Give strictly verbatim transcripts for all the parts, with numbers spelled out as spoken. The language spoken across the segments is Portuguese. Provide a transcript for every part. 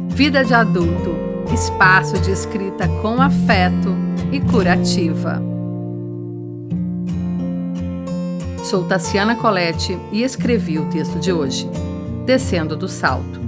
Vida de adulto, espaço de escrita com afeto e curativa. Sou Tassiana Colette e escrevi o texto de hoje, Descendo do Salto.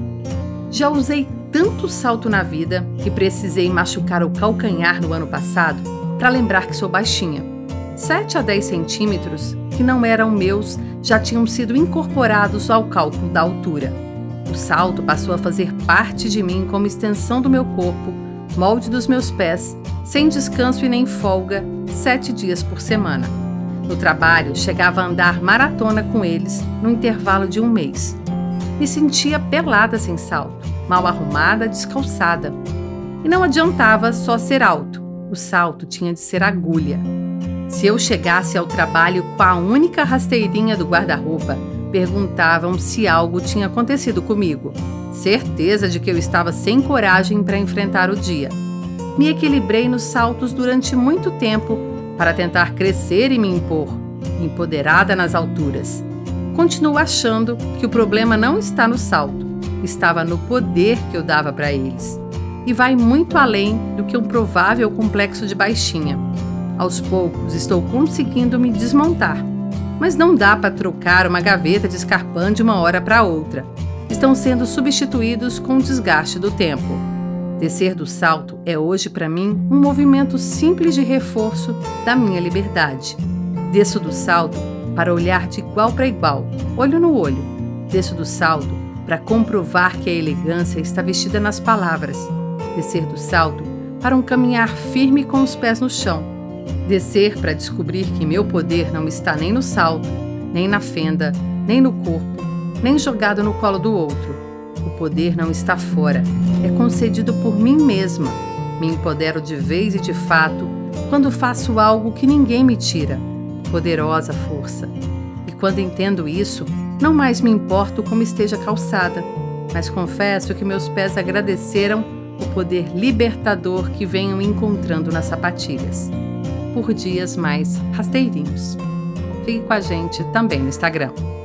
Já usei tanto salto na vida que precisei machucar o calcanhar no ano passado para lembrar que sou baixinha. sete a dez centímetros, que não eram meus, já tinham sido incorporados ao cálculo da altura. O salto passou a fazer parte de mim como extensão do meu corpo, molde dos meus pés, sem descanso e nem folga, sete dias por semana. No trabalho, chegava a andar maratona com eles no intervalo de um mês. Me sentia pelada sem salto, mal arrumada, descalçada. E não adiantava só ser alto, o salto tinha de ser agulha. Se eu chegasse ao trabalho com a única rasteirinha do guarda-roupa, perguntavam se algo tinha acontecido comigo. Certeza de que eu estava sem coragem para enfrentar o dia. Me equilibrei nos saltos durante muito tempo para tentar crescer e me impor, empoderada nas alturas. Continuo achando que o problema não está no salto, estava no poder que eu dava para eles. E vai muito além do que um provável complexo de baixinha. Aos poucos estou conseguindo me desmontar, mas não dá para trocar uma gaveta de escarpão de uma hora para outra. Estão sendo substituídos com o desgaste do tempo. Descer do salto é hoje para mim um movimento simples de reforço da minha liberdade. Desço do salto para olhar de igual para igual, olho no olho. Desço do salto para comprovar que a elegância está vestida nas palavras. Descer do salto para um caminhar firme com os pés no chão. Descer para descobrir que meu poder não está nem no salto, nem na fenda, nem no corpo, nem jogado no colo do outro. O poder não está fora, é concedido por mim mesma. Me empodero de vez e de fato quando faço algo que ninguém me tira. Poderosa força. E quando entendo isso, não mais me importo como esteja calçada, mas confesso que meus pés agradeceram o poder libertador que venho encontrando nas sapatilhas. Por dias mais rasteirinhos. Fique com a gente também no Instagram.